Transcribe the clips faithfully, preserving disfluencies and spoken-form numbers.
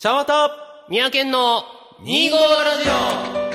茶わた三宅県のに号ラジオ。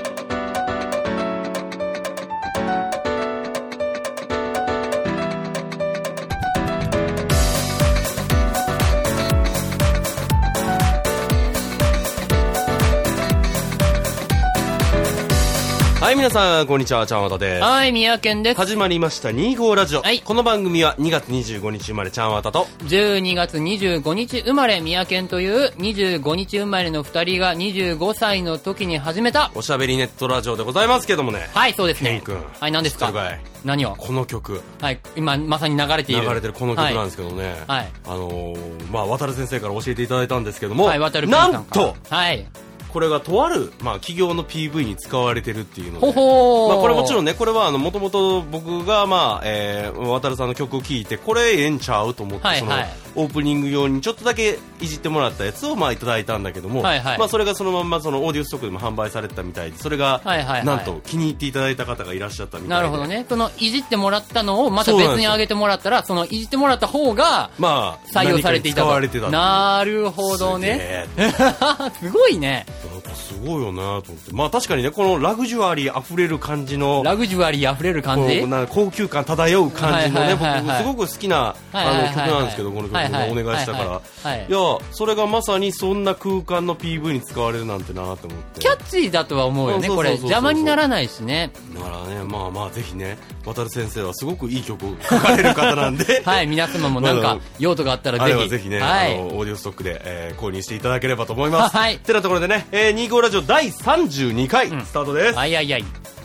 はい、皆さんこんにちは、ちゃんわたです。 はい、三宅県です。 始まりましたに号ラジオ、 はい、 この番組はにがつにじゅうごにち生まれちゃんわたとじゅうにがつにじゅうごにち生まれ三宅県というにじゅうごにち生まれのふたりがにじゅうごさいの時に始めたおしゃべりネットラジオでございますけどもね。 はい、そうですね。 ケン君、 はい、何ですか。何を。 この曲、 はい、今まさに流れている流れてるこの曲なんですけどね、 はい、 あのー、まあ渡る先生から教えていただいたんですけども、 はい、渡る君さんなんと、 はい、 これがとある、まあ、企業の ピーブイ に使われてるっていうので、 ほほー、 まあ、これもちろんね、これはもともと僕が、まあえー、渡るさんの曲を聴いてこれええんちゃうと思って、 はいはい、 そのオープニング用にちょっとだけいじってもらったやつをまあいただいたんだけども、 はいはい、 まあ、それがそのまんまそのオーディオストックでも販売されてたみたいで、それが、はいはいはい、なんと気に入っていただいた方がいらっしゃったみたいで。 なるほどね。そのいじってもらったのをまた別にあげてもらったら、そのいじってもらった方が採用されていたと、 まあ、使われてた。 なるほどね。すごいね。 すごいよなと思って、まあ確かにね、このラグジュアリー溢れる感じの、 ラグジュアリー溢れる感じ、 高級感漂う感じのね、僕すごく好きなあの曲なんですけど、この曲をお願いしたから、いやそれがまさにそんな空間の ピーブイ に使われるなんてなと思って、 キャッチーだとは思うよね。これ邪魔にならないしね。 だからね、まあまあぜひね、渡る先生はすごくいい曲を書かれる方なんではい、皆様もなんか用途があったらぜひ、 あれはぜひね、 はい、 あのオーディオストックで、えー、購入していただければと思います。 はい、 てなところでね、えー、に号ラジオだいさんじゅうにかい、うん、スタートです。 はいはいはい。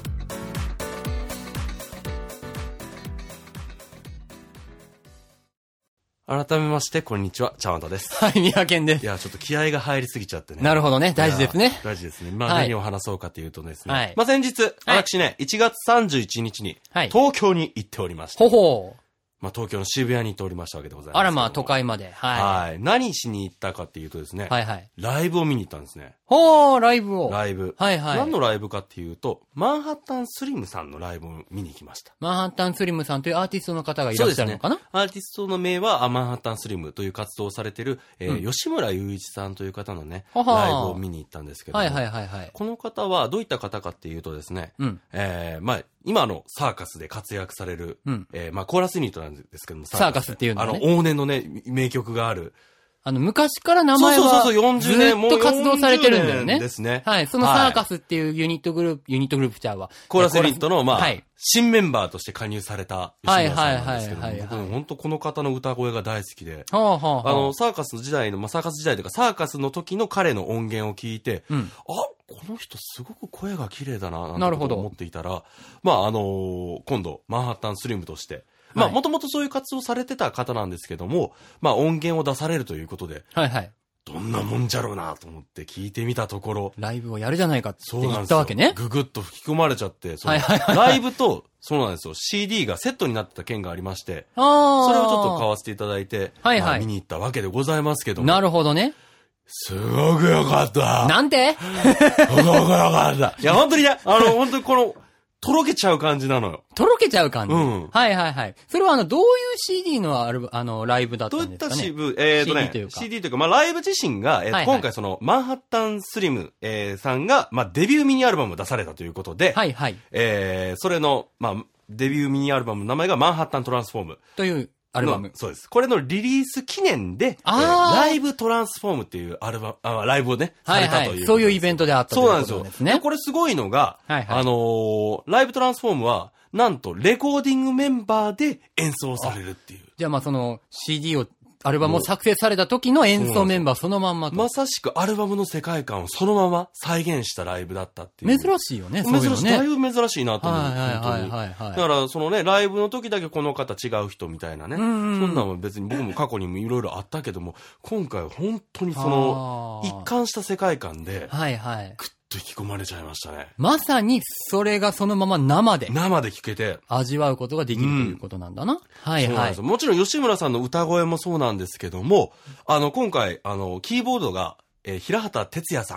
改めましてこんにちは、ちゃんわたです。 はい、三宅県です。 いやちょっと気合が入りすぎちゃってね。 なるほどね、大事ですね。 大事ですね。まあ、はい、何を話そうかというとですね、はい、まあ先日、はい、私ねいちがつさんじゅういちにちに東京に行っておりました。 ほほう。 まあ、東京の渋谷に行っておりましたわけでございます。 あらまあ、都会まで。はい。 はい。何しに行ったかっていうとですね。 はいはい。 ライブを見に行ったんですね。 ほー、ライブを。 ライブ。 はいはい。 何のライブかっていうと、マンハッタンスリムさんのライブを見に行きました。 マンハッタンスリムさんというアーティストの方がいらっしゃるのかな？ そうですね。アーティストの名は、マンハッタンスリムという活動をされている、えーうん、吉村雄一さんという方のね、ははライブを見に行ったんですけども。 はいはいはいはい。 この方はどういった方かっていうとですね、 うん。 えー、まあ、今のサーカスで活躍される、うん、えー、まあ、コーラスユニットなんですけども、 サーカスっていうのはね。 あの、往年のね、名曲がある。 あの、昔から名前は、ずっと活動されてるんだよね。 ですね。 はい。そのサーカスっていうユニットグループ、ユニットグループちゃうわ。 コーラスユニットの、まあ、はい、新メンバーとして加入された吉村さんなんですけども、 はいはいはいはいはい、 僕本当この方の歌声が大好きで、 はあはあはあ、 あの、サーカス時代の、まあ、サーカス時代というか、サーカスの時の彼の音源を聞いて、うん、あ、この人すごく声が綺麗だな、なんてことを思っていたら、まあ、あのー、今度、マンハッタンスリムとして、まあ、もともとそういう活動されてた方なんですけども、まあ、音源を出されるということで、 はいはい。 どんなもんじゃろうなと思って聞いてみたところ、 ライブをやるじゃないかって言ったわけね。 ぐぐっと吹き込まれちゃって、 はいはいはい。 ライブと、そうなんですよ、シーディー がセットになってた件がありまして、 あー、 それをちょっと買わせていただいて、 はいはい。 まあ、見に行ったわけでございますけども。 なるほどね。 すごくよかった。 なんてすごくよかった。いや、本当にね、あの、本当にこの、とろけちゃう感じなのよ。 とろけちゃう感じ、 うん、 はいはいはい。それはあの、どういう シーディー のある、あの、ライブだったんですかね。 どういった シーディー、えーとね、シーディー というか。シーディー というか、まあ、ライブ自身が、えーはいはい、今回その、マンハッタンスリム、えー、さんが、まあ、デビューミニアルバムを出されたということで、 はいはい。 えー、それの、まあ、デビューミニアルバムの名前がマンハッタントランスフォーム。 という。アルバム。 そうです。これのリリース記念で、えー、ライブトランスフォームっていうアルバム、あライブをね、 はいはい、されたという。そういうイベントであったということですね。そうなんですよ。 で、これすごいのが、 はいはい、 あのー、ライブトランスフォームは、なんとレコーディングメンバーで演奏されるっていう。 じゃあまあその シーディー を、アルバムを作成された時の演奏メンバーそのまんまと。 まさしくアルバムの世界観をそのまま再現したライブだったっていう。 珍しいよね、 そういうのね。珍しい、だいぶ珍しいなと思う。 はいはいはいはい、はい。 だからそのね、ライブの時だけこの方違う人みたいなね。うんうん、そんなの別に僕も過去にもいろいろあったけども、今回本当にその、一貫した世界観で、 はいはい。 引き込まれちゃいましたね。 まさにそれがそのまま生で生で聞けて味わうことができる、うん、ということなんだな。はいはい。 もちろん吉村さんの歌声もそうなんですけども、あの今回あのキーボードが、えー、平畑哲也さん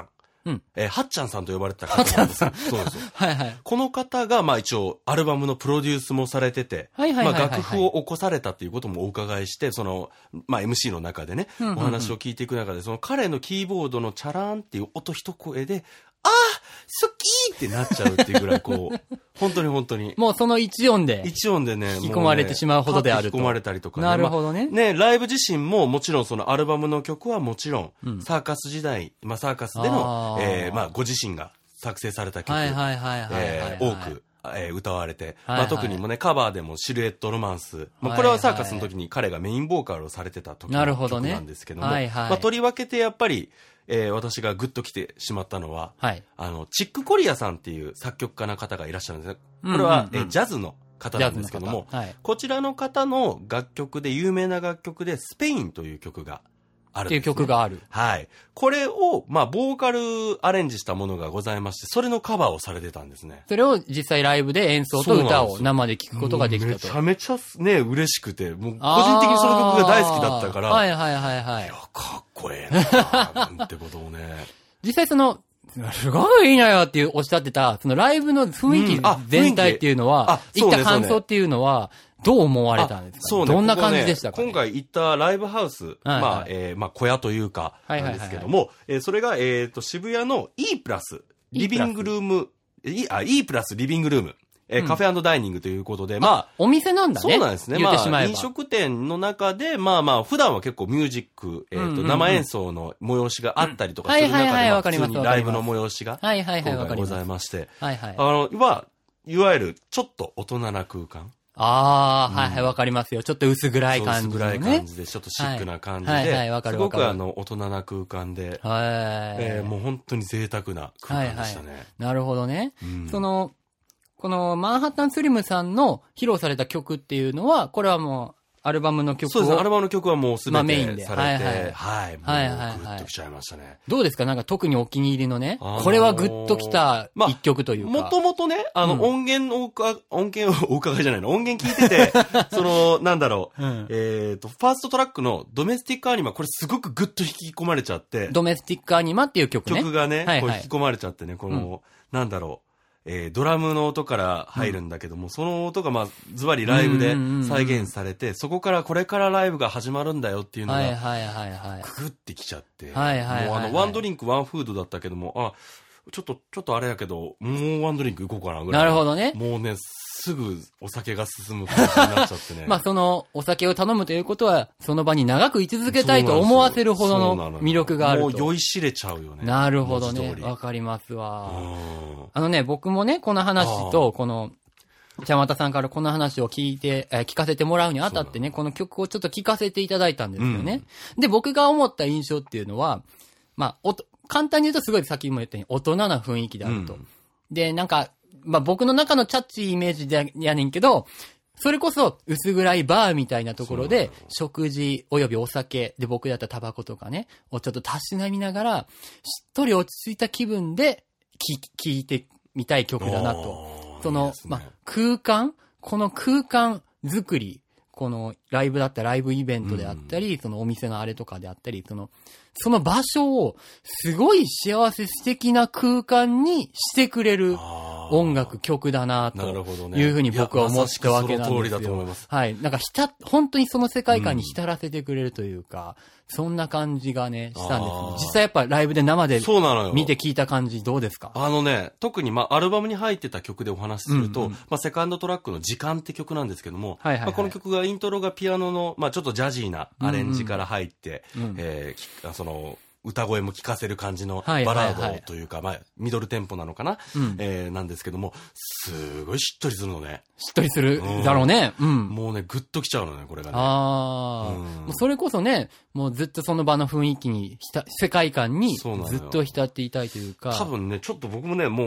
うん、 えー、はっちゃんさんと呼ばれてた方なんですよ。そうですよ。 はいはい。 この方が、まあ一応、アルバムのプロデュースもされてて、まあ楽譜を起こされたっていうこともお伺いして、その、まあ エムシー の中でね、うんうんうん、お話を聞いていく中で、その彼のキーボードのチャラーンっていう音一声で、あー好きってなっちゃうっていうぐらい、こう、本当に本当に。 もうその一音で。 一音でね、 引き込まれてしまうほどであると。 引き込まれたりとかね。 なるほどね。 まあ、ね、ライブ自身ももちろんそのアルバムの曲はもちろん、うん、サーカス時代、まあサーカスでの、えー、まあご自身が作成された曲、多く、えー、歌われて、はいはい、まあ特にもね、カバーでもシルエットロマンス、まあこれはサーカスの時に彼がメインボーカルをされてた時の曲なんですけども、 はいはい、 まあとりわけてやっぱり、えー、私がグッと来てしまったのは、はい、あの、チック・コリアさんっていう作曲家の方がいらっしゃるんですね。これは、うんうんうん、えー、ジャズの方なんですけども、はい、こちらの方の楽曲で、有名な楽曲で、スペインという曲があるんです、ね。 っていう曲がある。 はい。これを、まあ、ボーカルアレンジしたものがございまして、それのカバーをされてたんですね。 それを実際ライブで演奏と歌を生で聴くことができたと。 めちゃめちゃね、嬉しくて、もう個人的にその曲が大好きだったから、 はいはいはいはい。 いや、かっこええななんてことをね。 実際その、すごいいいなよっていうおっしゃってた、そのライブの雰囲気全体っていうのは、行った感想っていうのは、どう思われたんですか？そうね。どんな感じでしたか？ 今回行ったライブハウス、まあ、えー、まあ、小屋というか、なんですけども、え、それが、えっと、渋谷の E プラス、リビングルーム、E、あ、E プラスリビングルーム。えーうん、カフェ&ダイニングということで、まあ。 お店なんだね。 そうなんですね。まあ、飲食店の中で、まあまあ、普段は結構ミュージック、えっ、ー、と、うんうんうん、生演奏の催しがあったりとかする中で、まあ、普通にライブの催しが、 はいはいはい、 今回ございまして、 はいはい。 あの、まあ、いわゆる、ちょっと大人な空間。 ああ、うん、はいはい、わかりますよ。ちょっと薄暗い感じ、ね。 薄暗い感じで、ちょっとシックな感じで、はいはいはい、わかるわかる。すごくあの、大人な空間で、はい。えー、もう本当に贅沢な空間でしたね。はいはい、 なるほどね。うん、その、このマンハッタンスリムさんの披露された曲っていうのは、これはもう、アルバムの曲を。 そうですね、アルバムの曲はもうすべて、まあ、メインでされて、はい、はい、はい。はいはいはい。グッときちゃいましたね。 どうですか？なんか特にお気に入りのね、あのー、これはグッときた一曲というか。 まあ、もともとね、あの、うん、音源を、音源をお伺いじゃないの、音源聞いてて、その、なんだろう、うん、えっと、ファーストトラックのドメスティックアニマ、これすごくグッと引き込まれちゃって。 ドメスティックアニマっていう曲ね。 曲がね、はいはい、こう引き込まれちゃってね、この、うん、なんだろう。えー、ドラムの音から入るんだけども、うん、その音がまあ、ズバリライブで再現されて、そこからこれからライブが始まるんだよっていうのが、はいはいはいはい。くぐってきちゃって、はいはいはいはい、もうあの、ワンドリンクワンフードだったけども、あ、ちょっと、ちょっとあれやけど、もうワンドリンク行こうかなぐらい。 なるほどね。 もうね、すぐお酒が進む感じになっちゃってね。 まあそのお酒を頼むということは、その場に長く居続けたいと思わせるほどの魅力があると。 もう酔いしれちゃうよね。 なるほどね。わかりますわ。あのね、僕もね、この話と、この、茶又さんからこの話を聞いて、えー、聞かせてもらうにあたってね、この曲をちょっと聞かせていただいたんですよね。うん、で、僕が思った印象っていうのは、まあ、おと、簡単に言うとすごいさっきも言ったように大人な雰囲気であると。うん、で、なんか、まあ、僕の中のチャッチーイメージでやねんけど、それこそ薄暗いバーみたいなところで、食事及びお酒で僕だったらタバコとかね、をちょっとたしなみながら、しっとり落ち着いた気分で聴いてみたい曲だなと。その、いいね、まあ、空間この空間作り、このライブだったらライブイベントであったり、うん、そのお店のあれとかであったり、その、その場所をすごい幸せ素敵な空間にしてくれる音楽、曲だなというふうに僕は思ったわけなんですよ。はい。なんかひた、本当にその世界観に浸らせてくれるというか、うん、そんな感じがね、したんです、ね。実際やっぱライブで生で見て聞いた感じどうですか？ あのね、特にまあアルバムに入ってた曲でお話しすると、うんうん、まあセカンドトラックの時間って曲なんですけども、はいはいはい、まあ、この曲がイントロがピアノの、まあちょっとジャジーなアレンジから入って、うんうん、えー、その、歌声も聴かせる感じのバラードというか、まあ、ミドルテンポなのかな、うん、えー、なんですけども、すごいしっとりするのね。 しっとりするだろうね。うん。 もうね、ぐっときちゃうのね、これがね。 ああ、うん。もうそれこそね、もうずっとその場の雰囲気に、世界観にずっと浸っていたいというか。 多分ね、ちょっと僕もね、もう、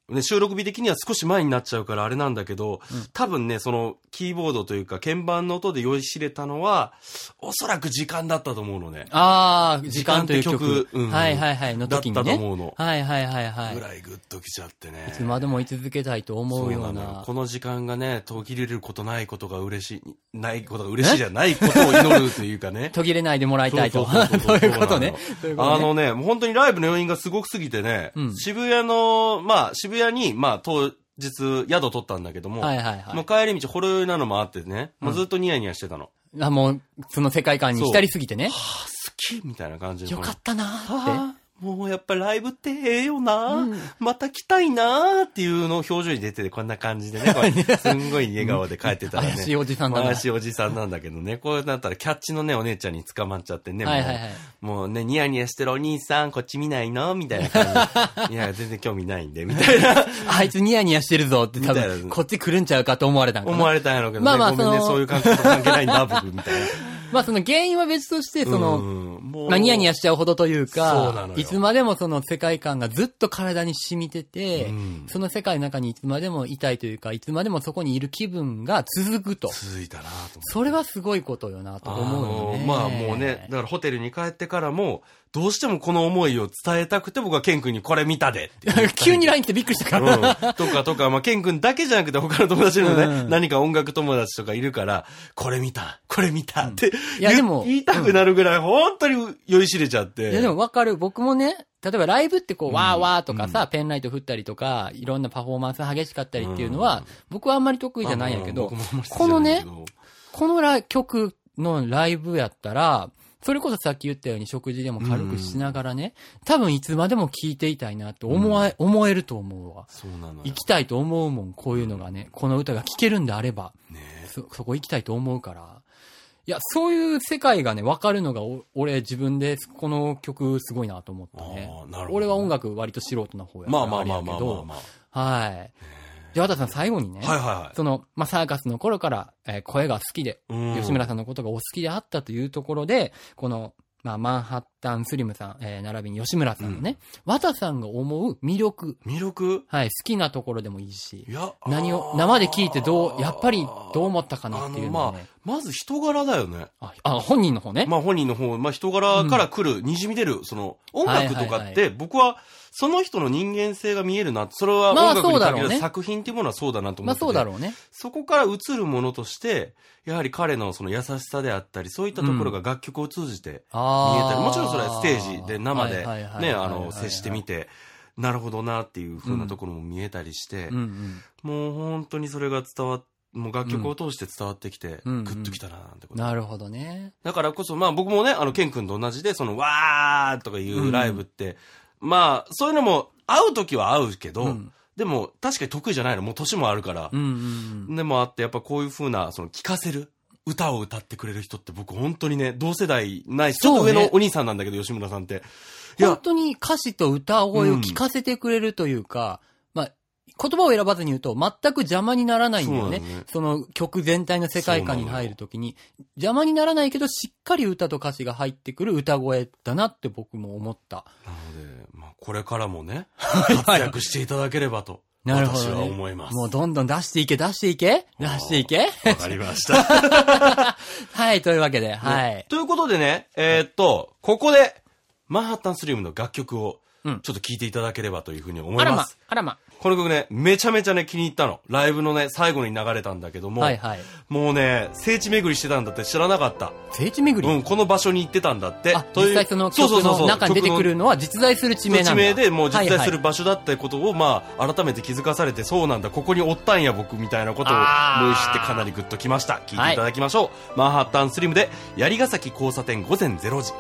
ね、収録日的には少し前になっちゃうからあれなんだけど、うん、多分ね、そのキーボードというか鍵盤の音で酔いしれたのは、おそらく時間だったと思うのね。 ああ、時間という曲。 うん、 はいはいはい。の時にね。 だったと思うの。 はいはいはいはい。 ぐらいグッときちゃってね。 いつまでも居続けたいと思うような。 なこの時間がね、途切れることないことが嬉しい、ないことが嬉しいじゃないことを祈るというかね。 途切れないでもらいたいと。そういうことね。 あのね、もう本当にライブの余韻がすごくすぎてね、うん、渋谷の、まあ渋谷に、まあ当日宿取ったんだけども、はいはいはい、もう帰り道ほろ酔いなのもあってね、もうずっとニヤニヤしてたの。 うん、あ、もう、その世界観に浸りすぎてね。はあ、好きみたいな感じで。 よかったなーって。 もうやっぱライブってええよな、うん、また来たいなーっていうのを表情に出ててこんな感じでね、これすんごい笑顔で帰ってたらね。 怪しいおじさんだな。 怪しいおじさんなんだけどね、こうなったらキャッチのね、お姉ちゃんに捕まっちゃってね、はいはいはい、もう、もうね、ニヤニヤしてるお兄さん、こっち見ないのみたいな感じ。いや、全然興味ないんで、みたいな。 あいつニヤニヤしてるぞって多分、こっち来るんちゃうかと思われたんかな。 思われたんやろうけどね、まあまあごめんね、そういう感覚と関係ないんだ、僕、みたいな。 まあその原因は別として、その、まあニヤニヤしちゃうほどというか、いつまでもその世界観がずっと体に染みてて、うん、その世界の中にいつまでもいたいというか、いつまでもそこにいる気分が続くと。 続いたなと思って。 それはすごいことよなと思うよね。 まあもうね、だからホテルに帰ってからも、どうしてもこの思いを伝えたくて僕はケン君にこれ見たで急に ライン 来てびっくりしたから、うん、 とかとか、まあケン君だけじゃなくて他の友達にもね、うん、何か音楽友達とかいるから、これ見た、これ見たって、うん、いやでも言いたくなるぐらい本当に酔いしれちゃって。 いやでもわかる。僕もね、例えばライブってこう、うん、わーわーとかさ、うん、ペンライト振ったりとか、いろんなパフォーマンス激しかったりっていうのは、うん、僕はあんまり得意じゃないんやけど、このね、このラ曲のライブやったら、それこそさっき言ったように食事でも軽くしながらね、うん、多分いつまでも聴いていたいなって思え、うん、思えると思うわ。 そうなのよ。 行きたいと思うもん、こういうのがね、この歌が聴けるんであれば、ね、そ、そこ行きたいと思うから。いや、そういう世界がね、わかるのが、俺自分でこの曲すごいなと思ったね。あ、なるほど。俺は音楽割と素人な方やから。 まあまあまあまあまあまあ。 はい。で、和田さん最後にね、 はいはいはい、 その、まあ、サーカスの頃から、えー、声が好きで、吉村さんのことがお好きであったというところで、この、まあ、マンハッタンスリムさん、えー、並びに吉村さんのね、うん、和田さんが思う魅力。 魅力はい、好きなところでもいいし、いや何を、生で聞いてどう、やっぱりどう思ったかなっていうのはね。 まあ、まず人柄だよね。 あ、あ本人の方ね。 まあ本人の方、まあ人柄から来る、うん、滲み出る、その、音楽とかって、僕は、その人の人間性が見えるな。それは音楽に限らず作品っていうものはそうだなと思ってて。 まあそうだろうね。 そこから映るものとして、やはり彼のその優しさであったり、そういったところが楽曲を通じて見えたり、うん、もちろんそれはステージで生でね、あの、接してみて、なるほどなっていう風なところも見えたりして、うんうんうん、もう本当にそれが伝わって、もう楽曲を通して伝わってきて、うん、グッときたななんてこと、うんうん。 なるほどね。 だからこそ、まあ僕もね、あの、ケン君と同じで、その、わーとかいうライブって、うん、まあ、そういうのも、会うときは会うけど、うん、でも、確かに得意じゃないの。もう年もあるから。うんうんうん、でもあって、やっぱこういう風な、その、聴かせる、歌を歌ってくれる人って僕本当にね、同世代ないし、ちょっと上のお兄さんなんだけど、吉村さんって。 本当に歌詞と歌声を聞かせてくれるというか、うん、まあ、言葉を選ばずに言うと、全く邪魔にならないんだよね。そ, ねその曲全体の世界観に入るときに。邪魔にならないけど、しっかり歌と歌詞が入ってくる歌声だなって僕も思った。 なので、まあ、これからもね、活躍していただければと。なるほど、ね、私は思います。 もうどんどん出していけ、出していけ出していけわかりました。 はい、というわけで、はい。 ということでね、えー、っと、ここで、マンハッタンスリムの楽曲を、ちょっと聴いていただければというふうに思います。あらま、 あらま。 この曲ね、めちゃめちゃね、気に入ったの。ライブのね、最後に流れたんだけども、はいはい、もうね、聖地巡りしてたんだって知らなかった。 聖地巡り？ うん、この場所に行ってたんだって。 あ、実際その曲の中に出てくるのは実在する地名なんだ。 地名でもう実在する場所だってことを、まあ、改めて気づかされて、そうなんだ、ここにおったんや僕みたいなことを思い知ってかなりグッときました。聞いていただきましょう。はい、マンハッタンスリムで、槍ヶ崎交差点午前れいじ。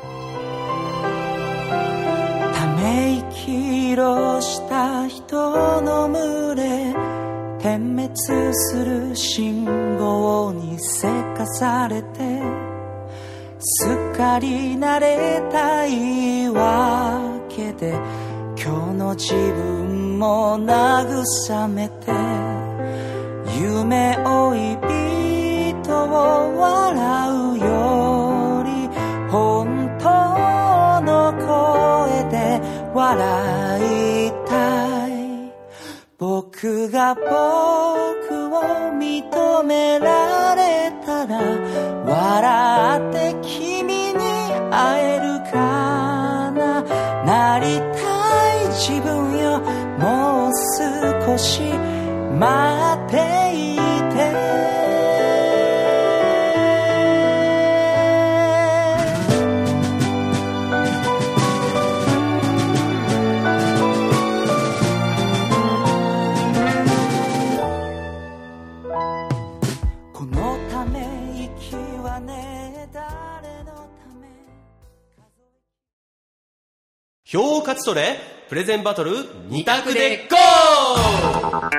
息色した人の群れ、点滅する信号にせかされて、すっかり慣れたいわけで、今日の自分も慰めて、夢追い人を笑うより本当の声で笑いたい。僕僕が僕を認められたら笑って君に会えるかな。なりたい自分よ、もう少し待っていて。 票を勝ち取れプレゼンバトルに択でゴー。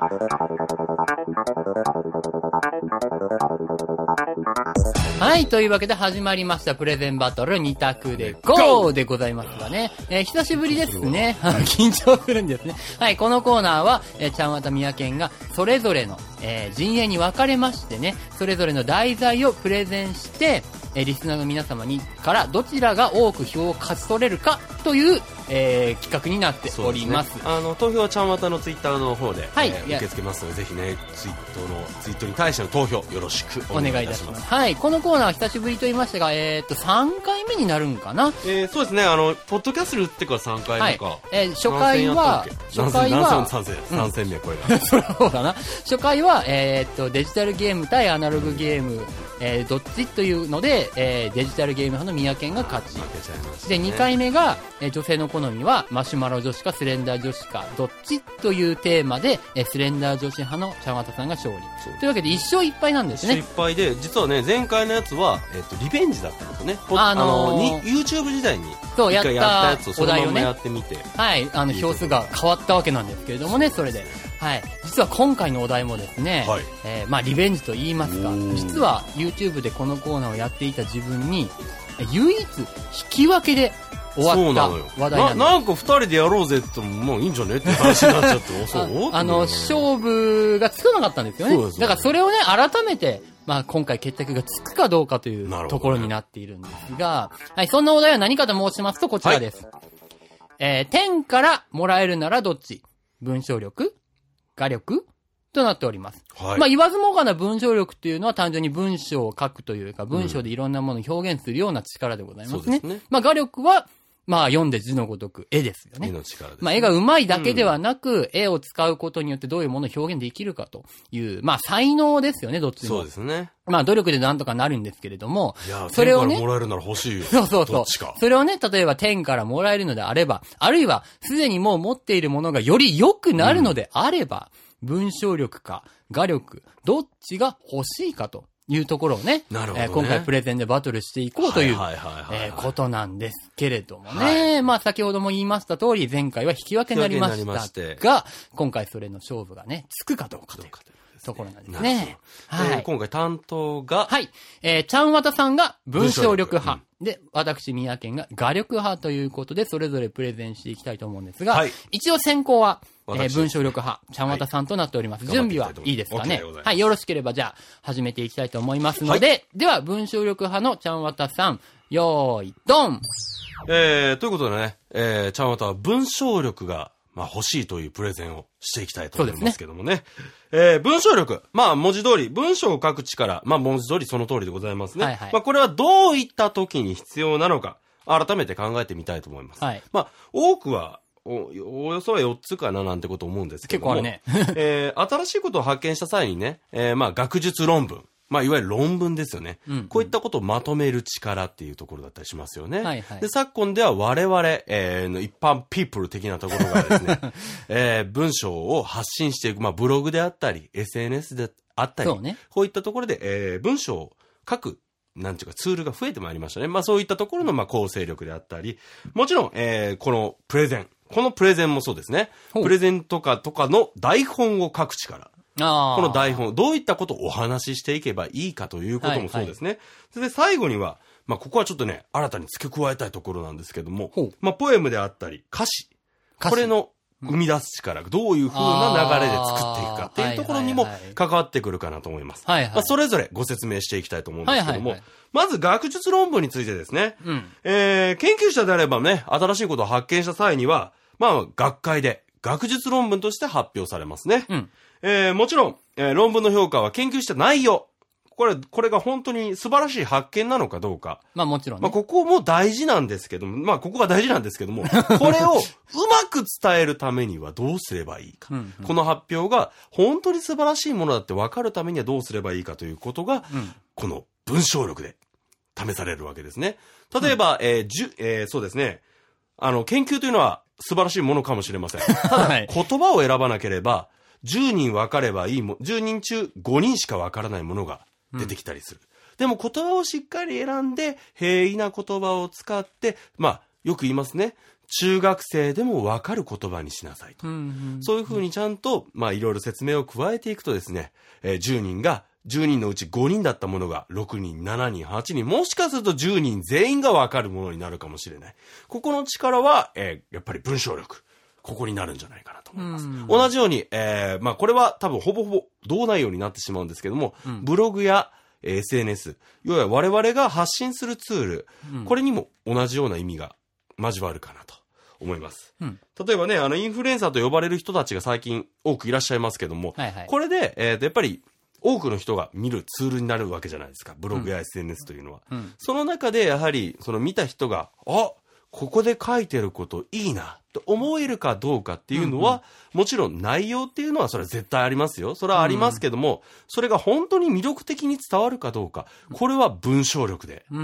はい、というわけで始まりましたプレゼンバトルに択でゴーでございますがね、えー、久しぶりですね。緊張するんですね。はい、このコーナーは、えー、ちゃんわたみやけんがそれぞれの、えー、陣営に分かれましてね、それぞれの題材をプレゼンして、えー、リスナーの皆様にからどちらが多く票を勝ち取れるかという、えー、企画になっております。 ね、あの投票はちゃんわたのツイッターの方で、 はい、 えー、受け付けますので、ぜひねツイートのツイートに対しての投票よろしくお願いいたします。 はい、このコーナーは久しぶりと言いましたが、えー、っとさんかいめになるんかな。 えー、そうですね。あのポッドキャスト打ってからさんかいめか。はい、 えー、初回は初回はさん戦目これが。 そうだな。初回はえー、っとデジタルゲーム対アナログゲーム、えー、どっちというので、えー、デジタルゲーム派の宮健が勝ち。でにかいめが、えー、女性の好みはマシュマロ女子かスレンダー女子かどっちというテーマで、えー、スレンダー女子派のちゃんわたさんが勝利。というわけでいっ勝いっ敗なんですね。 いっ勝いっ敗で、実はね前回のやつは、えー、とリベンジだったんですよね。 あのー、 あのに YouTube 時代にそうやった, やったやつをそのままやってみて、 ね、はいあの票数が変わったわけなんですけれどもね。それではい、実は今回のお題もですね、はい、えー、まあリベンジと言いますか、実は YouTube でこのコーナーをやっていた自分に唯一引き分けで終わった話題なんです。 な, なんかふたりでやろうぜってもういいんじゃねって話になっちゃってそうあ, あの勝負がつかなかったんですよね。そうですね。だからそれをね改めて、まあ、今回決着がつくかどうかというところになっているんですが、ね、はい、そんなお題は何かと申しますとこちらです、はい、えー、点からもらえるならどっち？文章力？画力となっております。はい、まあ言わずもがな文章力っていうのは単純に文章を書くというか文章でいろんなものを表現するような力でございますね。うん、ね、まあ画力はまあ読んで字のごとく絵ですよね。 絵の力ですね。 まあ絵が上手いだけではなく、うん、絵を使うことによってどういうものを表現できるかというまあ才能ですよね、どっちも。 そうですね。 まあ努力でなんとかなるんですけれども、 いやそれをね、 点からもらえるなら欲しいよ。 そうそうそう。 どっちか。 それをね、例えば点からもらえるのであれば、あるいはすでにもう持っているものがより良くなるのであれば、うん、文章力か画力どっちが欲しいかというところをね、 なるほどね、 えー、今回プレゼンでバトルしていこうということなんですけれどもね、はい、まあ先ほども言いました通り前回は引き分けになりましたが、今回それの勝負がねつくかどうかというところなんですね。 はい、えー、今回担当がはい、えー、ちゃんわたさんが文章力派、うん、で私宮健が画力派ということでそれぞれプレゼンしていきたいと思うんですが、はい、一応先行はえー、文章力派、ちゃんわたさんとなっております。はい、準備はいいですかね。はい、よろしければじゃあ始めていきたいと思いますので、はい、では文章力派のちゃんわたさん、よーい、ドン。 えー、ということでね、えー、ちゃんわたは文章力が、まあ、欲しいというプレゼンをしていきたいと思いますけどもね。ねえー、文章力、まあ文字通り、文章を書く力、まあ文字通りその通りでございますね。はいはい、まあこれはどういった時に必要なのか、改めて考えてみたいと思います。はい、まあ多くは、お, およそはよっつかななんてこと思うんですけども。 結構あるね。 えー、新しいことを発見した際にね、えー、まあ学術論文。まあいわゆる論文ですよね。うんうん、こういったことをまとめる力っていうところだったりしますよね。はいはい、で、昨今では我々、えー、一般ピープル的なところがですね、えー、文章を発信していく、まあブログであったり、エスエヌエス であったり、そうね、こういったところで、えー、文章を書く、なんていうかツールが増えてまいりましたね。まあそういったところのまあ構成力であったり、もちろん、えー、このプレゼン。このプレゼンもそうですね。プレゼンとかとかの台本を書く力。あこの台本、どういったことをお話ししていけばいいかということもそうですね。はいはい、それで最後には、まあここはちょっとね、新たに付け加えたいところなんですけども、まあポエムであったり歌詞。これの生み出す力、どういう風な流れで作っていくかっていうところにも関わってくるかなと思います。はいはい、まあそれぞれご説明していきたいと思うんですけども、はいはいはい、まず学術論文についてですね、うん、えー、研究者であればね、新しいことを発見した際には、まあ学会で学術論文として発表されますね。 うん。 えー、もちろん、えー、論文の評価は研究した内容。これ、これが本当に素晴らしい発見なのかどうか。 まあもちろんね。 まあここも大事なんですけども、まあここが大事なんですけども、これをうまく伝えるためにはどうすればいいか。 うんうん、 この発表が本当に素晴らしいものだって分かるためにはどうすればいいかということが、うん、この文章力で試されるわけですね。例えば、うん、えーじゅえー、そうですね。あの、研究というのは素晴らしいものかもしれません。ただ、はい、言葉を選ばなければ、じゅうにん分かればいいも、じゅうにん中ごにんしか分からないものが出てきたりする。うん、でも言葉をしっかり選んで、平易な言葉を使って、まあ、よく言いますね。中学生でも分かる言葉にしなさいと。うんうんうん、そういうふうにちゃんと、まあ、いろいろ説明を加えていくとですね、えー、じゅうにんが、じゅうにんのうちごにんだったものがろくにん、しちにん、はちにん、もしかするとじゅうにん全員が分かるものになるかもしれない。ここの力は、えー、やっぱり文章力。ここになるんじゃないかなと思います。同じように、えー、まあこれは多分ほぼほぼ同内容になってしまうんですけども、うん、ブログや エスエヌエス、要は我々が発信するツール、うん、これにも同じような意味が交わるかなと思います。うん、例えばね、あのインフルエンサーと呼ばれる人たちが最近多くいらっしゃいますけども、はいはい、これで、えー、やっぱり多くの人が見るツールになるわけじゃないですか。ブログや エスエヌエス というのは。うんうん、その中でやはり、その見た人が、あ、ここで書いてることいいなと思えるかどうかっていうのは、うんうん、もちろん内容っていうのはそれは絶対ありますよ。それはありますけども、うん、それが本当に魅力的に伝わるかどうか、これは文章力で、うん、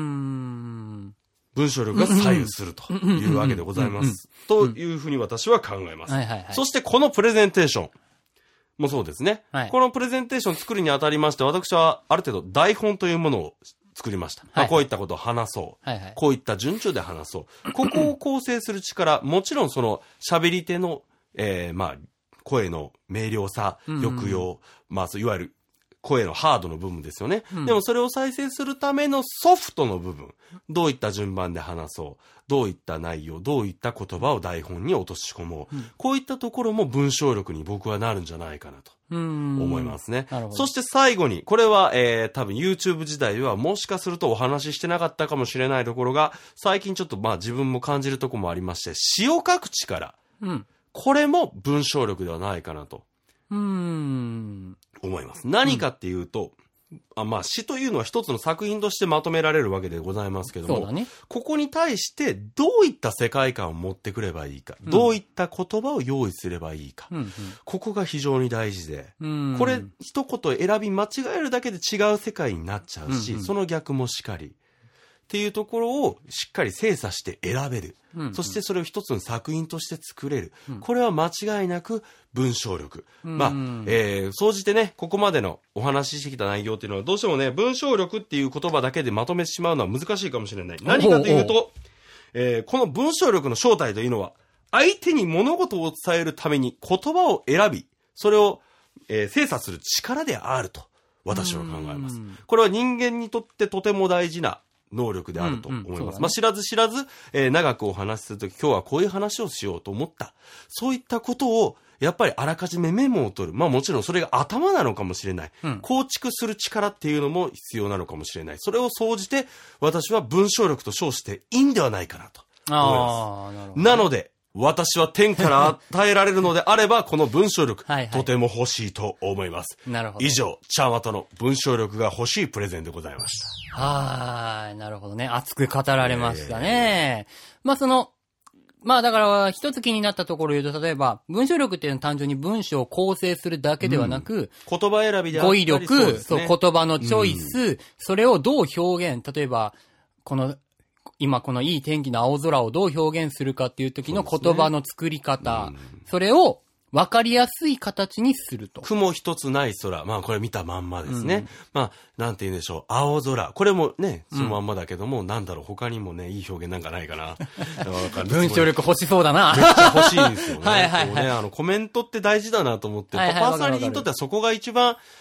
文章力が左右するというわけでございます。というふうに私は考えます。はいはいはい、そしてこのプレゼンテーションもそうですね、はい。このプレゼンテーションを作るにあたりまして、私はある程度台本というものを作りました。はいはい、まあ、こういったことを話そう、はいはい。こういった順序で話そう。ここを構成する力、もちろんその喋り手の、えー、まあ、声の明瞭さ、抑揚、うんうん、まあ、いわゆる声のハードの部分ですよね、うん。でもそれを再生するためのソフトの部分。どういった順番で話そう。どういった内容、どういった言葉を台本に落とし込もう。うん、こういったところも文章力に僕はなるんじゃないかなと。思いますね。そして最後に、これは、えー、多分 YouTube 時代ではもしかするとお話ししてなかったかもしれないところが、最近ちょっとまあ自分も感じるところもありまして、詩を書く力。うん、これも文章力ではないかなと。うーん。思います。何かっていうと、うん、あまあ詩というのは一つの作品としてまとめられるわけでございますけども、そうだね、ここに対してどういった世界観を持ってくればいいか、うん、どういった言葉を用意すればいいか、うんうん、ここが非常に大事で、うん、これ一言選び間違えるだけで違う世界になっちゃうし、うんうん、その逆もしかりっていうところをしっかり精査して選べる、うんうん、そしてそれを一つの作品として作れる、うん、これは間違いなく文章力、うん、まあ、えー、総じてね、ここまでのお話ししてきた内容っていうのはどうしてもね、文章力っていう言葉だけでまとめてしまうのは難しいかもしれない。何かというと、おうおう、えー、この文章力の正体というのは、相手に物事を伝えるために言葉を選び、それを、えー、精査する力であると私は考えます。これは人間にとってとても大事な能力であると思います。うんうん、ね、まあ、知らず知らず、えー、長くお話しするとき、今日はこういう話をしようと思った。そういったことを、やっぱりあらかじめメモを取る。まあもちろんそれが頭なのかもしれない。うん、構築する力っていうのも必要なのかもしれない。それを総じて、私は文章力と称していいんではないかなと思います。あ、なるほどね。なので、私は天から与えられるのであれば、この文章力、はいはい、とても欲しいと思います。なるほど。以上、ちゃんわたの文章力が欲しいプレゼンでございました。 はい、なるほどね。熱く語られましたね。えー、まあその、まあだから、一つ気になったところを言うと、例えば、文章力っていうのは単純に文章を構成するだけではなく、 うん、言葉選びであったり、 語彙力、そうですね、そう、言葉のチョイス、うん、それをどう表現、例えば、この、今このいい天気の青空をどう表現するかっていう時の言葉の作り方、そ, ね、うん、それを分かりやすい形にすると。 雲一つない空。まあこれ見たまんまですね。うん、まあなんて言うんでしょう。青空。これもね、そのまんまだけども、うん、なんだろう、他にもね、いい表現なんかないかな。 文章力欲しそうだな。 めっちゃ欲しいんですよね。はいはいはい。ね、あのコメントって大事だなと思って、はいはい、パーソナリティにとってはそこが一番、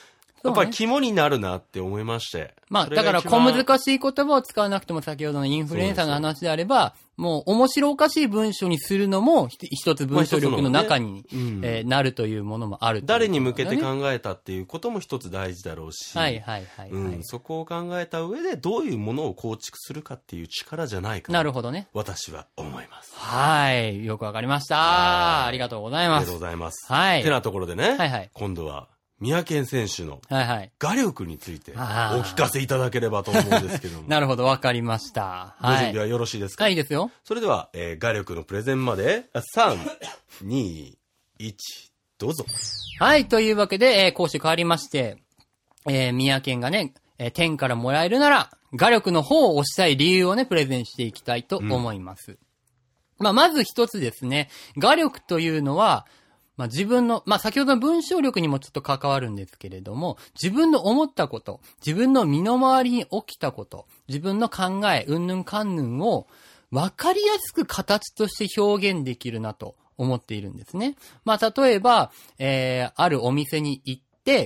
やっぱり肝になるなって思いまして。 まあ、だから小難しい言葉を使わなくても先ほどのインフルエンサーの話であれば、もう面白おかしい文章にするのも一つ文章力の中に、まあねうんえー、なるというものもあるという、ね。 誰に向けて考えたっていうことも一つ大事だろうし。 はいはいはい、はいうん。 そこを考えた上でどういうものを構築するかっていう力じゃないかな。なるほどね。 私は思います。 はい。よくわかりました。ありがとうございます。 ありがとうございます。 はい。 てなところでね。 はいはい。 今度は。宮健選手の画力についてお聞かせいただければと思うんですけども。 なるほど、わかりました。 ご準備はよろしいですか？ はい、いいですよ。 それでは、えー、画力のプレゼンまで、さん、に、いち、どうぞ。 はい、というわけで、えー、講師変わりまして、えー、宮健がね、えー、天からもらえるなら、画力の方を押したい理由をね、プレゼンしていきたいと思います。うん、まあ、まず一つですね、画力というのは、まあ自分の、まあ先ほどの文章力にもちょっと関わるんですけれども、自分の思ったこと、自分の身の回りに起きたこと、自分の考え、うんぬんかんぬんを分かりやすく形として表現できるなと思っているんですね。まあ例えば、えー、あるお店に行って、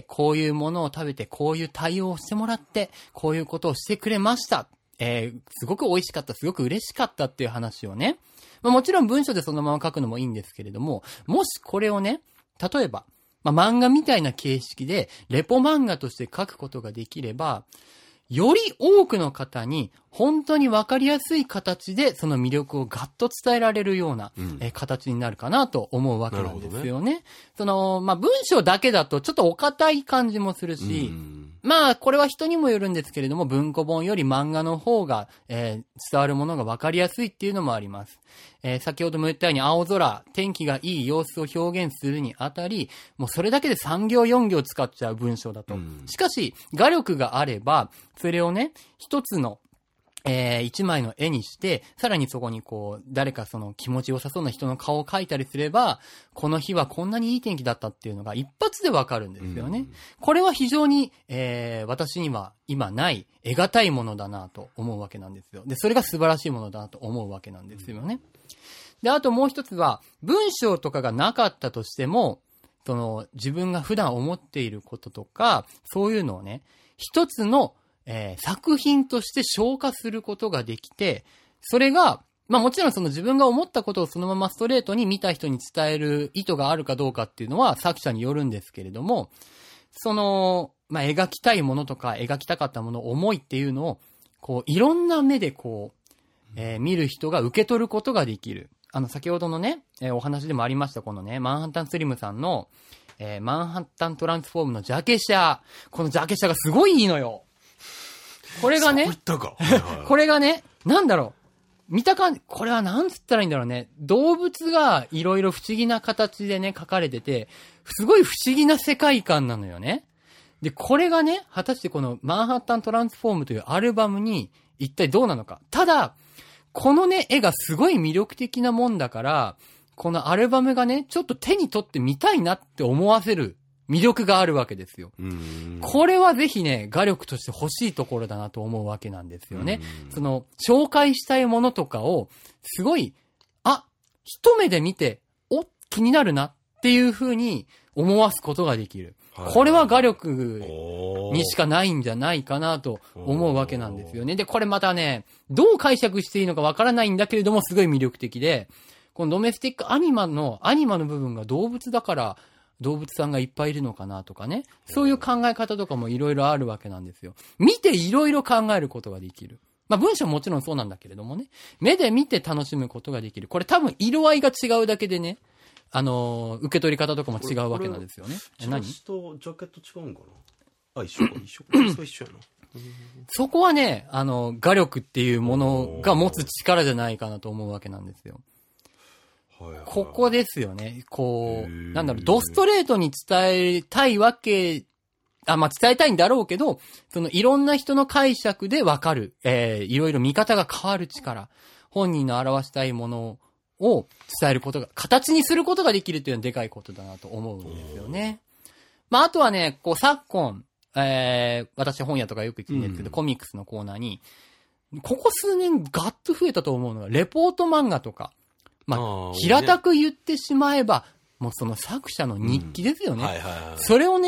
こういうものを食べて、こういう対応をしてもらって、こういうことをしてくれました。えー、すごく美味しかった、すごく嬉しかったっていう話をね、まあ、もちろん文章でそのまま書くのもいいんですけれども、もしこれをね、例えば、まあ、漫画みたいな形式で、レポ漫画として書くことができれば、より多くの方に本当にわかりやすい形でその魅力をガッと伝えられるような、うんえ形になるかなと思うわけなんですよね。ねその、まあ、文章だけだとちょっとお堅い感じもするし、うんまあ、これは人にもよるんですけれども、文庫本より漫画の方が、えー、伝わるものが分かりやすいっていうのもあります。えー、先ほども言ったように青空、天気がいい様子を表現するにあたり、もうそれだけでさん行よん行使っちゃう文章だと。うん、しかし、画力があれば、それをね、一つの、えー、一枚の絵にして、さらにそこにこう、誰かその気持ちよさそうな人の顔を描いたりすれば、この日はこんなにいい天気だったっていうのが一発でわかるんですよね。うん、これは非常に、えー、私には今ない得難いものだなと思うわけなんですよ。で、それが素晴らしいものだなと思うわけなんですよね。で、あともう一つは、文章とかがなかったとしても、その、自分が普段思っていることとか、そういうのをね、一つのえー、作品として消化することができて、それが、まあもちろんその自分が思ったことをそのままストレートに見た人に伝える意図があるかどうかっていうのは作者によるんですけれども、その、まあ描きたいものとか描きたかったもの、思いっていうのを、こういろんな目でこう、えー、見る人が受け取ることができる。あの先ほどのね、えー、お話でもありましたこのね、マンハッタンスリムさんの、えー、マンハッタントランスフォームのジャケ写。このジャケ写がすごいいいのよ。これがね、これがね、なんだろう、見た感じ、これはなんつったらいいんだろうね、動物がいろいろ不思議な形でね、描かれてて、すごい不思議な世界観なのよね。で、これがね、果たしてこのマンハッタントランスフォームというアルバムに一体どうなのか。ただ、このね、絵がすごい魅力的なもんだから、このアルバムがね、ちょっと手に取ってみたいなって思わせる魅力があるわけですよ。これはぜひね、画力として欲しいところだなと思うわけなんですよね。その、紹介したいものとかを、すごい、あ、一目で見て、お、気になるなっていう風に思わすことができる。これは画力にしかないんじゃないかなと思うわけなんですよね。で、これまたね、どう解釈していいのかわからないんだけれども、すごい魅力的で、このドメスティックアニマの、アニマの部分が動物だから、動物さんがいっぱいいるのかなとかね。そういう考え方とかもいろいろあるわけなんですよ。見ていろいろ考えることができる。まあ文章ももちろんそうなんだけれどもね。目で見て楽しむことができる。これ多分色合いが違うだけでね、あのー、受け取り方とかも違うわけなんですよね。 え、何？チラシとジャケット違うんかな？あ、一緒か、一緒か。そう一緒やな。 そこはね、あの、画力っていうものが持つ力じゃないかなと思うわけなんですよ。ここですよね。こう、なんだろう、ドストレートに伝えたいわけ、あ、まあ、伝えたいんだろうけど、そのいろんな人の解釈でわかる、えー、いろいろ見方が変わる力、本人の表したいものを伝えることが、形にすることができるっていうのはでかいことだなと思うんですよね。まあ、あとはね、こう、昨今、えー、私本屋とかよく行くんですけど、うん、コミックスのコーナーに、ここ数年ガッと増えたと思うのが、レポート漫画とか、まあ、平たく言ってしまえば、もうその作者の日記ですよね。それをね、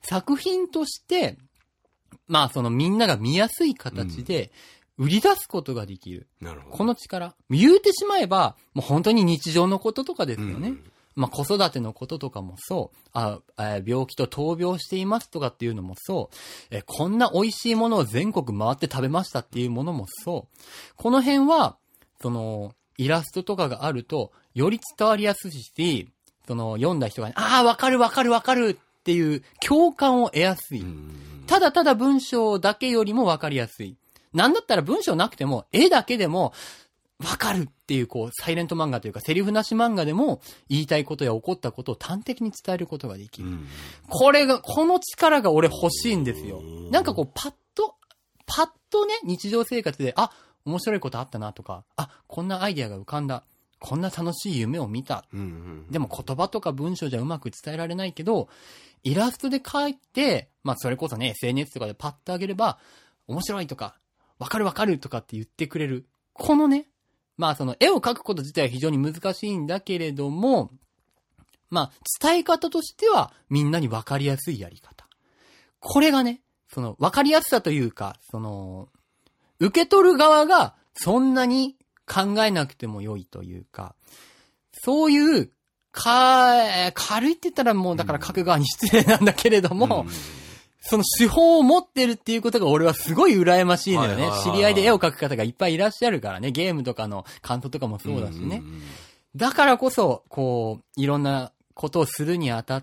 作品として、まあそのみんなが見やすい形で売り出すことができる。 なるほど。 この力。言うてしまえば、もう本当に日常のこととかですよね。うん、まあ子育てのこととかもそう。あ、えー、病気と闘病していますとかっていうのもそう。えー、こんな美味しいものを全国回って食べましたっていうものもそう。この辺は、その、イラストとかがあると、より伝わりやすいし、その、読んだ人がね、ああ、わかるわかるわかるっていう共感を得やすい。ただただ文章だけよりもわかりやすい。なんだったら文章なくても、絵だけでも、わかるっていう、こう、サイレント漫画というか、セリフなし漫画でも、言いたいことや起こったことを端的に伝えることができる。これが、この力が俺欲しいんですよ。なんかこう、パッと、パッとね、日常生活で、あ、面白いことあったなとか、あ、こんなアイデアが浮かんだ。こんな楽しい夢を見た。うんうん、でも言葉とか文章じゃうまく伝えられないけど、イラストで描いて、まあそれこそね、エスエヌエス とかでパッと上げれば、面白いとか、わかるわかるとかって言ってくれる。このね、まあその絵を描くこと自体は非常に難しいんだけれども、まあ伝え方としてはみんなにわかりやすいやり方。これがね、そのわかりやすさというか、その、受け取る側がそんなに考えなくても良いというか、そういう、か、軽いって言ったらもうだから書く側に失礼なんだけれども、うん、その手法を持ってるっていうことが俺はすごい羨ましいのよね。はいはいはいはい、知り合いで絵を描く方がいっぱいいらっしゃるからね、ゲームとかの感想とかもそうだしね。うんうん、だからこそ、こう、いろんなことをするにあたって、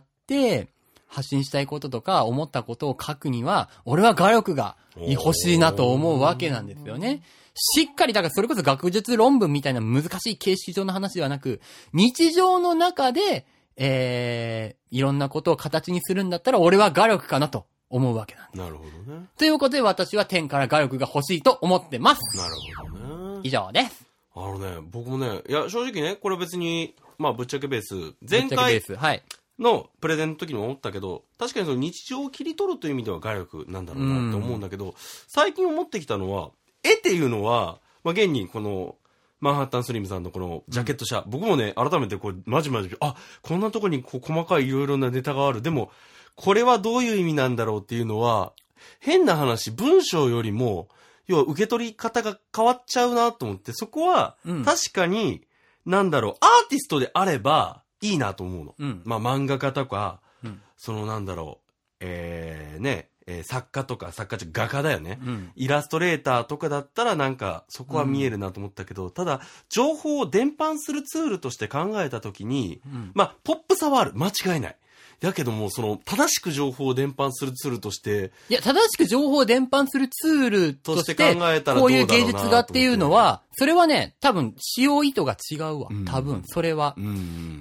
発信したいこととか思ったことを書くには、俺は画力が欲しいなと思うわけなんですよね。しっかり、だからそれこそ学術論文みたいな難しい形式上の話ではなく、日常の中で、えー、いろんなことを形にするんだったら、俺は画力かなと思うわけなんです。 なるほどね。 ということで私は天から画力が欲しいと思ってます。 なるほどね。 以上です。 あのね、僕もね、いや、正直ね、これ別に、まあ、ぶっちゃけベース、前回、ぶっちゃけベース、はい。のプレゼンの時にも思ったけど、確かにその日常を切り取るという意味では画力なんだろうなって思うんだけど、最近思ってきたのは、絵っていうのは、まあ、現にこの、マンハッタンスリムさんのこのジャケット写、うん、僕もね、改めてこう、まじまじ、あ、こんなとこにこう細かいいろいろなネタがある。でも、これはどういう意味なんだろうっていうのは、変な話、文章よりも、要は受け取り方が変わっちゃうなと思って、そこは、確かに、うん、なんだろう、アーティストであれば、いいなと思うの。うん、まあ漫画家とか、うん、そのなんだろう、えー、ね、えー、作家とか、作家じゃ画家だよね、うん。イラストレーターとかだったらなんかそこは見えるなと思ったけど、うん、ただ情報を伝播するツールとして考えたときに、うん、まあポップさはある。間違いない。だけども、その、正しく情報を伝播するツールとして。 いや、正しく情報を伝播するツールとして、として考えたらどうだろうなと思って、こういう芸術画っていうのは、それはね、多分、使用意図が違うわ。多分、それは。うんうん、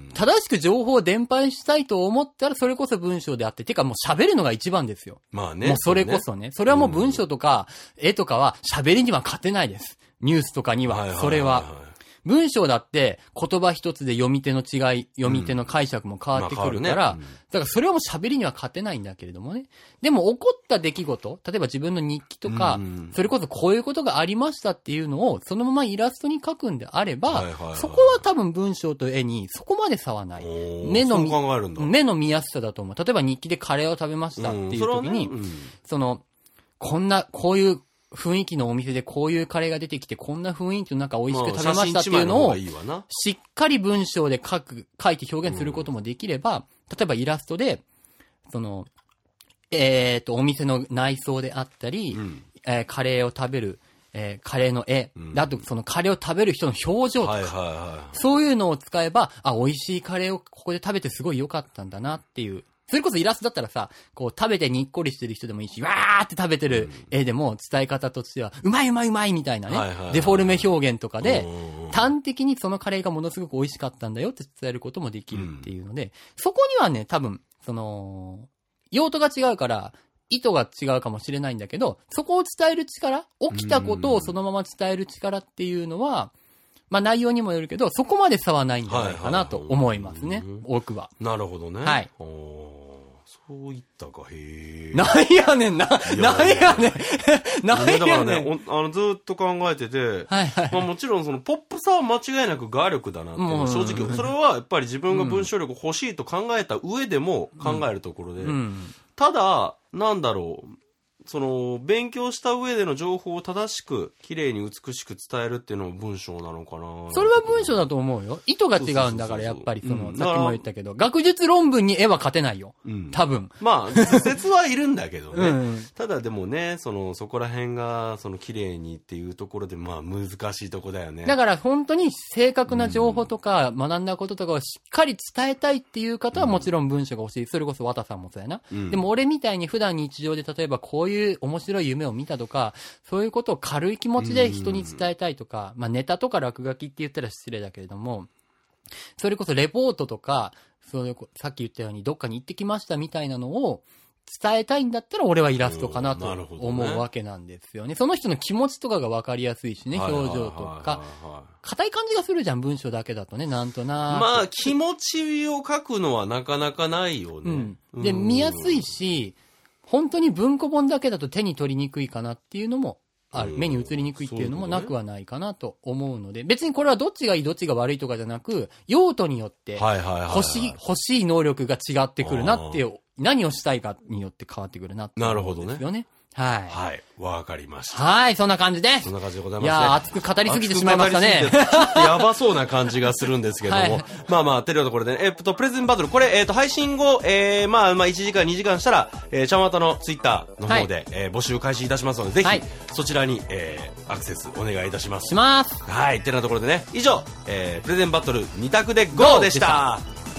正しく情報を伝播したいと思ったら、それこそ文章であって、てかもう喋るのが一番ですよ。まあね。もうそれこそね。それはもう文章とか、絵とかは喋りには勝てないです。ニュースとかには、それは。文章だって言葉一つで読み手の違い、読み手の解釈も変わってくるから、うんまあねうん、だからそれはもう喋りには勝てないんだけれどもね。でも起こった出来事、例えば自分の日記とか、うん、それこそこういうことがありましたっていうのをそのままイラストに書くんであれば、はいはいはい、そこは多分文章と絵にそこまで差はない。目の目の見やすさだと思う。例えば日記でカレーを食べましたっていう時に、うんそねうん、その、こんな、こういう、雰囲気のお店でこういうカレーが出てきてこんな雰囲気の中美味しく食べましたっていうのをしっかり文章で書く、書いて表現することもできれば、例えばイラストで、その、えっと、お店の内装であったり、うん、えー、カレーを食べる、えー、カレーの絵、うん、あとそのカレーを食べる人の表情とか、はいはいはい、そういうのを使えば、あ、美味しいカレーをここで食べてすごい良かったんだなっていう、それこそイラストだったらさ、こう食べてにっこりしてる人でもいいし、わーって食べてる絵でも伝え方としては、うまいうまいうまいみたいなね、はいはいはい、デフォルメ表現とかで、端的にそのカレーがものすごく美味しかったんだよって伝えることもできるっていうので、うん、そこにはね、多分、その、用途が違うから、意図が違うかもしれないんだけど、そこを伝える力、起きたことをそのまま伝える力っていうのは、まあ内容にもよるけど、そこまで差はないんじゃないかなと思いますね、多くは。 なるほどね。 はい。 そういったか、へえ。 なんやねんな。なんやねん。なんやねん。 だからね、あの、ずーっと考えてて、はいはい。まあもちろんその、ポップさは間違いなく画力だなっていうのは正直、それはやっぱり自分が文章力欲しいと考えた上でも考えるところで、うんうん、 ただ、なんだろう。その、勉強した上での情報を正しく、綺麗に美しく伝えるっていうのも文章なのかな。 それは文章だと思うよ。意図が違うんだから、やっぱりその、さっきも言ったけど、学術論文に絵は描てないよ。うん、多分。 まあ、説はいるんだけどね。うん、ただでもね、その、そこら辺が、その、綺麗にっていうところで、まあ、難しいとこだよね。 だから本当に正確な情報とか、学んだこととかをしっかり伝えたいっていう方はもちろん文章が欲しい。それこそ綿さんもそうやな。うん、でも俺みたいに普段日常で例えばこういう面白い夢を見たとか、そういうことを軽い気持ちで人に伝えたいとか、まあネタとか落書きって言ったら失礼だけれども、それこそレポートとか、そういうさっき言ったようにどっかに行ってきましたみたいなのを伝えたいんだったら俺はイラストかなと思うわけなんですよね。その人の気持ちとかが分かりやすいしね、表情とか。硬い感じがするじゃん、文章だけだとね、なんとなく。 まあ気持ちを書くのはなかなかないよね。 うん。で、見やすいし、本当に文庫本だけだと手に取りにくいかなっていうのもある。目に映りにくいっていうのもなくはないかなと思うので、別にこれはどっちがいいどっちが悪いとかじゃなく、用途によって欲しい、欲しい能力が違ってくるなっていう、何をしたいかによって変わってくるなって思うんですよね。はい。 はい。わかりました。 はい。そんな感じです。 そんな感じでございますね。 いやー、熱く語りすぎてしまいましたね。 ちょっとやばそうな感じがするんですけども。はい、まあまあ、てるようなところでね、えっと、プレゼンバトル。これ、えっと、配信後、えー、まあまあ、いちじかん、にじかんしたら、えー、ちゃんわたのツイッターの方で、はい、えー、募集開始いたしますので、ぜひ、はい、そちらに、えー、アクセスお願いいたします。 します。 はい。てるようなところでね、以上、えー、プレゼンバトルに択で ゴー でした。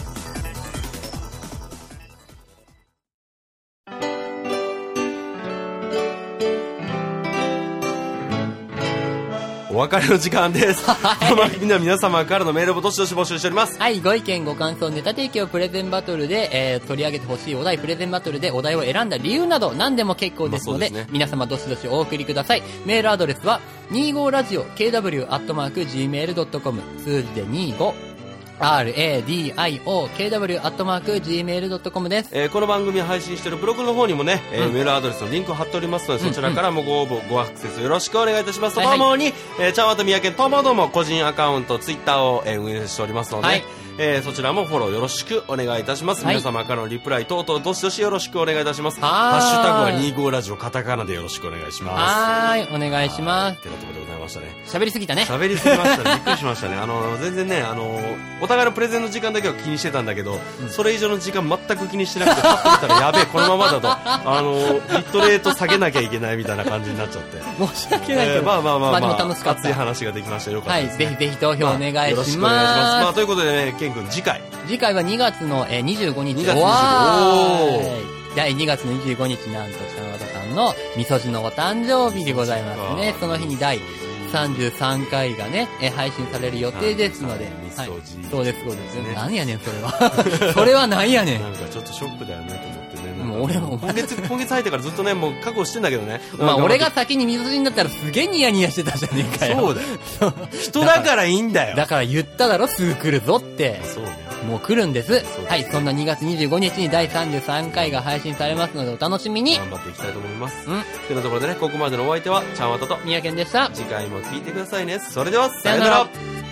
お別れの時間です。はい、この番組では皆様からのメールをどしどし募集しております。 はい、ご意見、ご感想、ネタ提供、プレゼンバトルで、えー、取り上げてほしいお題、プレゼンバトルでお題を選んだ理由など、何でも結構ですので、まあそうですね、皆様どしどしお送りください。メールアドレスは、にじゅうごラジオケーダブリュー アットマーク ジーメール ドットコム、数字でにじゅうご。ラディオ ケーダブリュー アットマーク ジーメール ドットコム です、 えー、この番組を配信しているブログの方にもね、えーうん、メールアドレスのリンクを貼っておりますので、そちらからもご応募、ごアクセスよろしくお願いいたします、はいはい、とともに、えー、ちゃんわたみやけともども個人アカウントツイッターを、えー、運営しておりますので、はい、えー、そちらもフォローよろしくお願いいたします、はい、皆様からのリプライ等々どしどしよろしくお願いいたします。ハッシュタグはにじゅうごラジオカタカナでよろしくお願いします。 はい、お願いします。 ってなところでございましたね。 喋りすぎたね。 喋りすぎましたね。びっくりしましたね。あの全然ね、あのお互いのプレゼンの時間だけは気にしてたんだけど、うん、それ以上の時間全く気にしてなくて、パッと見たらやべえこのままだとあのビットレート下げなきゃいけないみたいな感じになっちゃって。 申し訳ないけど、えー、 まあまあまあまあ、まあ、 楽しかった。 熱い話ができましたよ。よかったです、ね。 はい、ぜひぜひ投票お願いします。まあ、よろしくお願いします。 まあということでね、ケン君次回。 次回はにがつのにじゅうごにち。 にがつにじゅうごにち。 だいにがつのにじゅうごにち、なんとちゃんわたさんのみそじのお誕生日でございますね。その日にだいさんじゅうさんかいがね、え配信される予定ですので。はい、そうです、そうです。ね、何やねん、それは。それは何やねん。 なんかちょっとショックだよね、と思ってね。 もう俺も今月、今月入ってからずっとね、もう覚悟してんだけどね。 まあ俺が先にみそじになったらすげえニヤニヤしてたじゃねえかよ。 そうだよ。人だからいいんだよ。 だから言っただろ、すぐ来るぞって。 そうね。 もう来るんです。ですはい、そんなにがつにじゅうごにちにだいさんじゅうさんかいが配信されますのでお楽しみに。 頑張っていきたいと思います。うん。というところでね、ここまでのお相手は、ちゃんわたと、 みやけんでした。 次回も聞いてくださいね。それでは、さよなら。